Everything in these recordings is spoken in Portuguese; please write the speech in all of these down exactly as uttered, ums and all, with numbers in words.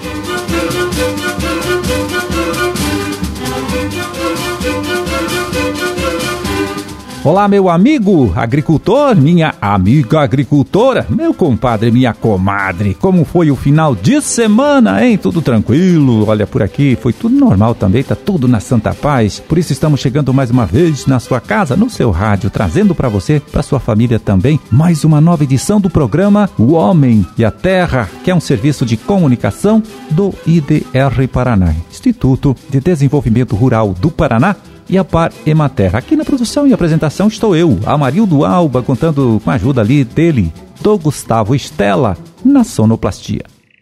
Olá, meu amigo agricultor, minha amiga agricultora, meu compadre, minha comadre, como foi o final de semana, hein? Tudo tranquilo? Olha, por aqui foi tudo normal também, tá tudo na santa paz. Por isso estamos chegando mais uma vez na sua casa, no seu rádio, trazendo para você, para sua família também, mais uma nova edição do programa O Homem e a Terra, que é um serviço de comunicação do I D R Paraná, Instituto de Desenvolvimento Rural do Paraná, e a Par Ematerra. Aqui na produção e apresentação estou eu, Amarildo Alba, contando com a ajuda ali dele, do Gustavo Estela, na sonoplastia.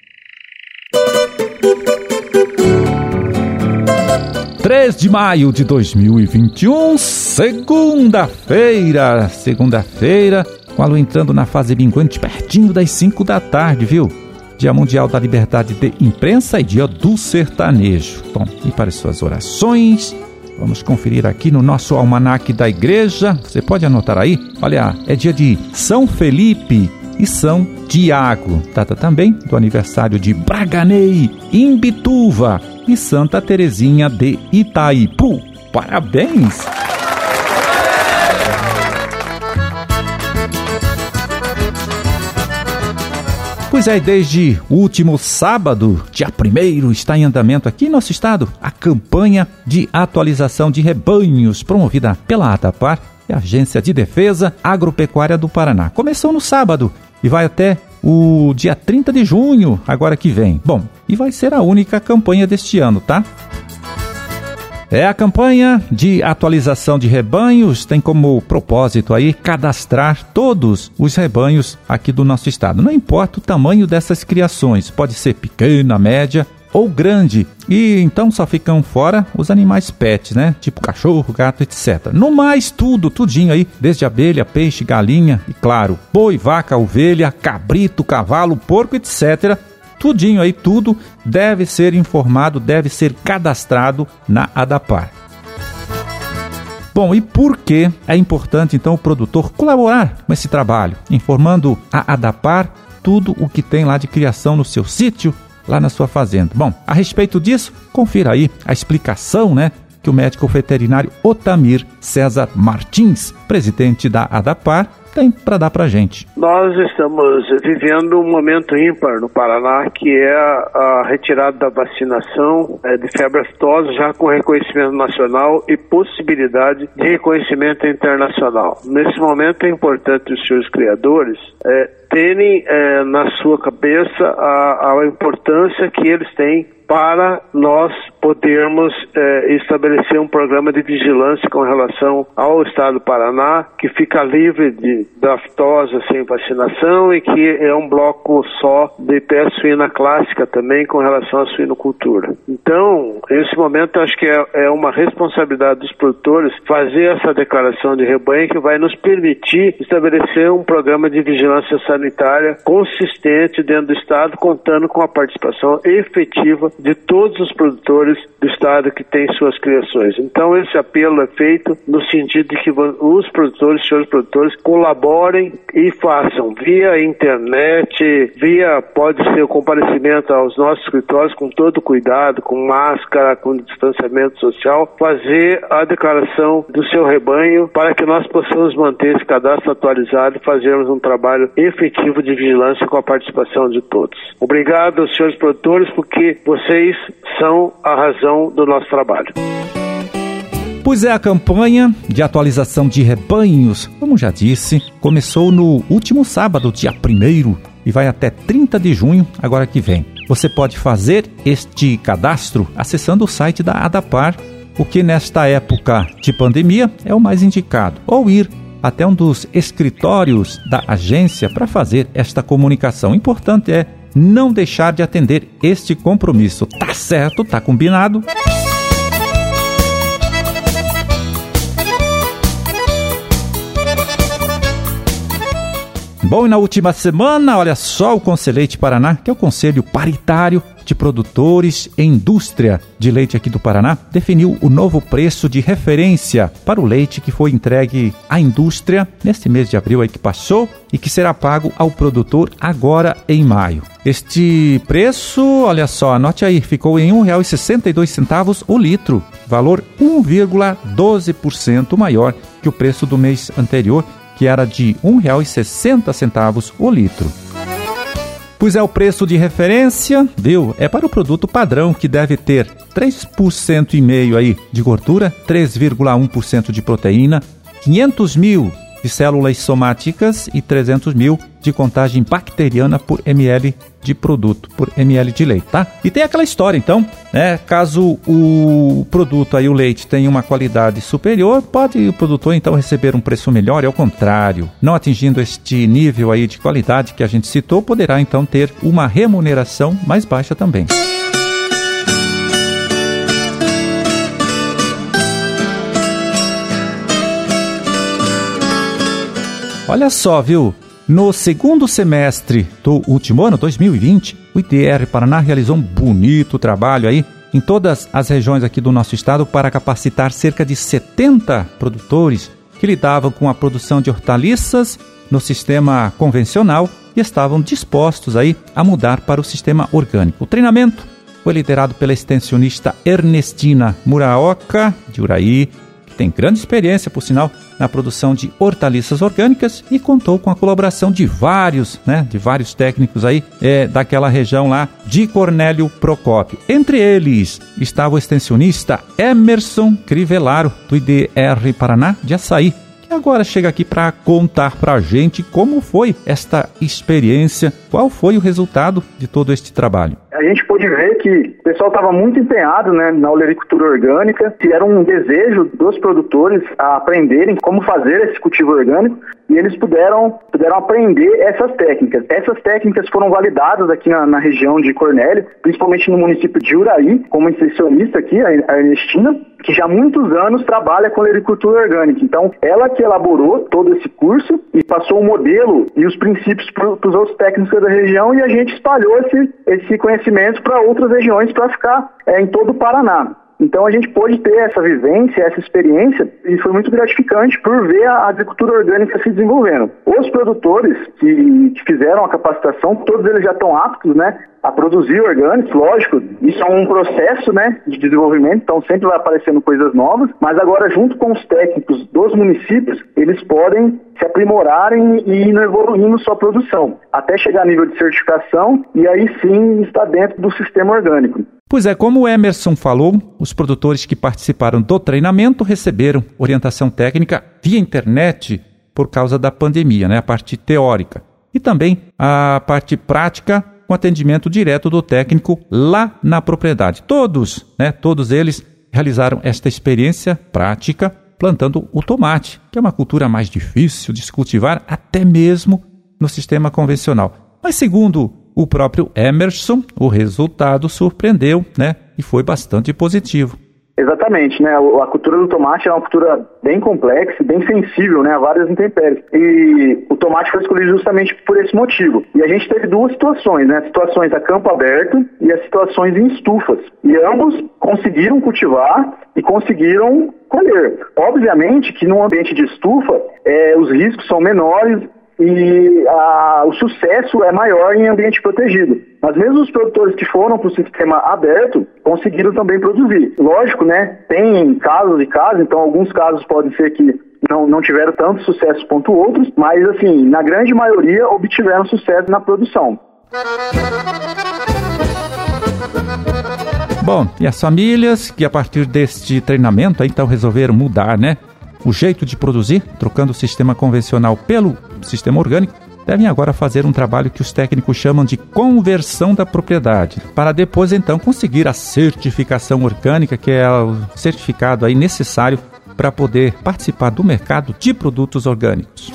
três de maio de dois mil e vinte e um, segunda-feira, segunda-feira, com a lua entrando na fase minguante pertinho das cinco da tarde, viu? Dia Mundial da Liberdade de Imprensa e Dia do Sertanejo. Bom, e para as suas orações, vamos conferir aqui no nosso almanaque da igreja. Você pode anotar aí. Olha, é dia de São Felipe e São Tiago. Data também do aniversário de Braganei, Imbituva e Santa Terezinha de Itaipu. Parabéns! Pois é, desde o último sábado, dia primeiro, está em andamento aqui em nosso estado a campanha de atualização de rebanhos promovida pela ADAPAR, e a Agência de Defesa Agropecuária do Paraná. Começou no sábado e vai até o dia trinta de junho, agora que vem. Bom, e vai ser a única campanha deste ano, tá? É a campanha de atualização de rebanhos, tem como propósito aí cadastrar todos os rebanhos aqui do nosso estado. Não importa o tamanho dessas criações, pode ser pequena, média ou grande. E então só ficam fora os animais pets, né? Tipo cachorro, gato, etcétera. No mais, tudo, tudinho aí, desde abelha, peixe, galinha e, claro, boi, vaca, ovelha, cabrito, cavalo, porco, etcétera. Tudinho aí, tudo deve ser informado, deve ser cadastrado na ADAPAR. Bom, e por que é importante então o produtor colaborar com esse trabalho, informando a ADAPAR tudo o que tem lá de criação no seu sítio, lá na sua fazenda? Bom, a respeito disso, confira aí a explicação, né, que o médico veterinário Otamir César Martins, presidente da ADAPAR, tem para dar para a gente. Nós estamos vivendo um momento ímpar no Paraná, que é a retirada da vacinação é, de febre aftosa, já com reconhecimento nacional e possibilidade de reconhecimento internacional. Nesse momento é importante os seus criadores é, terem é, na sua cabeça a, a importância que eles têm para nós podermos eh, estabelecer um programa de vigilância com relação ao estado do Paraná, que fica livre de, da aftosa sem vacinação e que é um bloco só de peste suína clássica também com relação à suinocultura. Então, nesse momento, acho que é, é uma responsabilidade dos produtores fazer essa declaração de rebanho que vai nos permitir estabelecer um programa de vigilância sanitária consistente dentro do estado, contando com a participação efetiva de todos os produtores do estado que têm suas criações. Então esse apelo é feito no sentido de que os produtores, os senhores produtores, colaborem e façam via internet, via, pode ser o comparecimento aos nossos escritórios com todo cuidado, com máscara, com distanciamento social, fazer a declaração do seu rebanho para que nós possamos manter esse cadastro atualizado e fazermos um trabalho efetivo de vigilância com a participação de todos. Obrigado aos senhores produtores, porque vocês são a razão do nosso trabalho. Pois é, a campanha de atualização de rebanhos, como já disse, começou no último sábado, dia primeiro, e vai até trinta de junho, agora que vem. Você pode fazer este cadastro acessando o site da ADAPAR, o que nesta época de pandemia é o mais indicado, ou ir até um dos escritórios da agência para fazer esta comunicação. O importante é não deixar de atender este compromisso. Tá certo? Tá combinado? Bom, e na última semana, olha só, o Conselho Leite Paraná, que é o Conselho Paritário de Produtores e Indústria de Leite aqui do Paraná, definiu o novo preço de referência para o leite que foi entregue à indústria neste mês de abril aí que passou e que será pago ao produtor agora em maio. Este preço, olha só, anote aí, ficou em um real e sessenta e dois centavos o litro, valor um vírgula doze por cento maior que o preço do mês anterior, que era de um real e sessenta centavos o litro. Pois é, o preço de referência, viu? É para o produto padrão, que deve ter três por cento e meio aí de gordura, três vírgula um por cento de proteína, quinhentos mil de células somáticas e trezentos mil de contagem bacteriana por ml de produto, por ml de leite, tá? E tem aquela história, então, né? Caso o produto aí, o leite, tenha uma qualidade superior, pode o produtor, então, receber um preço melhor, e ao contrário, não atingindo este nível aí de qualidade que a gente citou, poderá, então, ter uma remuneração mais baixa também. Olha só, viu? No segundo semestre do último ano, dois mil e vinte, o I D R Paraná realizou um bonito trabalho aí em todas as regiões aqui do nosso estado para capacitar cerca de setenta produtores que lidavam com a produção de hortaliças no sistema convencional e estavam dispostos aí a mudar para o sistema orgânico. O treinamento foi liderado pela extensionista Ernestina Muraoka, de Uraí, tem grande experiência, por sinal, na produção de hortaliças orgânicas e contou com a colaboração de vários, né, de vários técnicos aí é, daquela região lá de Cornélio Procópio. Entre eles estava o extensionista Emerson Crivellaro, do I D R Paraná de Açaí, que agora chega aqui para contar para a gente como foi esta experiência, qual foi o resultado de todo este trabalho. A gente pôde ver que o pessoal estava muito empenhado, né, na olericultura orgânica, que era um desejo dos produtores a aprenderem como fazer esse cultivo orgânico, e eles puderam, puderam aprender essas técnicas. Essas técnicas foram validadas aqui na, na região de Cornélio, principalmente no município de Uraí, como extensionista aqui, a Ernestina, que já há muitos anos trabalha com olericultura orgânica. Então, ela que elaborou todo esse curso e passou o modelo e os princípios para os outros técnicos da região, e a gente espalhou esse, esse conhecimento para outras regiões para ficar é, em todo o Paraná. Então a gente pôde ter essa vivência, essa experiência, e foi muito gratificante por ver a agricultura orgânica se desenvolvendo. Os produtores que, que fizeram a capacitação, todos eles já estão aptos, né, a produzir orgânicos, lógico, isso é um processo, né, de desenvolvimento, então sempre vai aparecendo coisas novas, mas agora junto com os técnicos dos municípios, eles podem se aprimorarem e ir evoluindo sua produção, até chegar a nível de certificação e aí sim estar dentro do sistema orgânico. Pois é, como o Emerson falou, os produtores que participaram do treinamento receberam orientação técnica via internet por causa da pandemia, né, a parte teórica, e também a parte prática com atendimento direto do técnico lá na propriedade. Todos, né, todos eles realizaram esta experiência prática plantando o tomate, que é uma cultura mais difícil de se cultivar até mesmo no sistema convencional. Mas segundo o próprio Emerson, o resultado surpreendeu, né, e foi bastante positivo. Exatamente, né? A cultura do tomate é uma cultura bem complexa, bem sensível, né, a várias intempéries. E o tomate foi escolhido justamente por esse motivo. E a gente teve duas situações, né? As situações a campo aberto e as situações em estufas. E ambos conseguiram cultivar e conseguiram colher. Obviamente que num ambiente de estufa, é, os riscos são menores e a, o sucesso é maior em ambiente protegido. Mas mesmo os produtores que foram para o sistema aberto conseguiram também produzir. Lógico, né, tem casos e casos, então alguns casos podem ser que não, não tiveram tanto sucesso quanto outros, mas assim, na grande maioria obtiveram sucesso na produção. Bom, e as famílias que a partir deste treinamento aí, então resolveram mudar, né, o jeito de produzir, trocando o sistema convencional pelo sistema orgânico, devem agora fazer um trabalho que os técnicos chamam de conversão da propriedade, para depois então conseguir a certificação orgânica, que é o certificado aí necessário para poder participar do mercado de produtos orgânicos.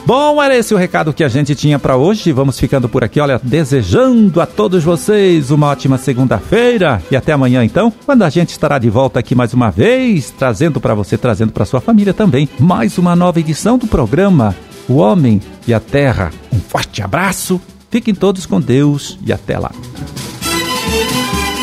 Bom, era esse o recado que a gente tinha para hoje. Vamos ficando por aqui, olha, desejando a todos vocês uma ótima segunda-feira e até amanhã então, quando a gente estará de volta aqui mais uma vez, trazendo para você, trazendo para sua família também, mais uma nova edição do programa O Homem e a Terra. Um forte abraço, fiquem todos com Deus e até lá.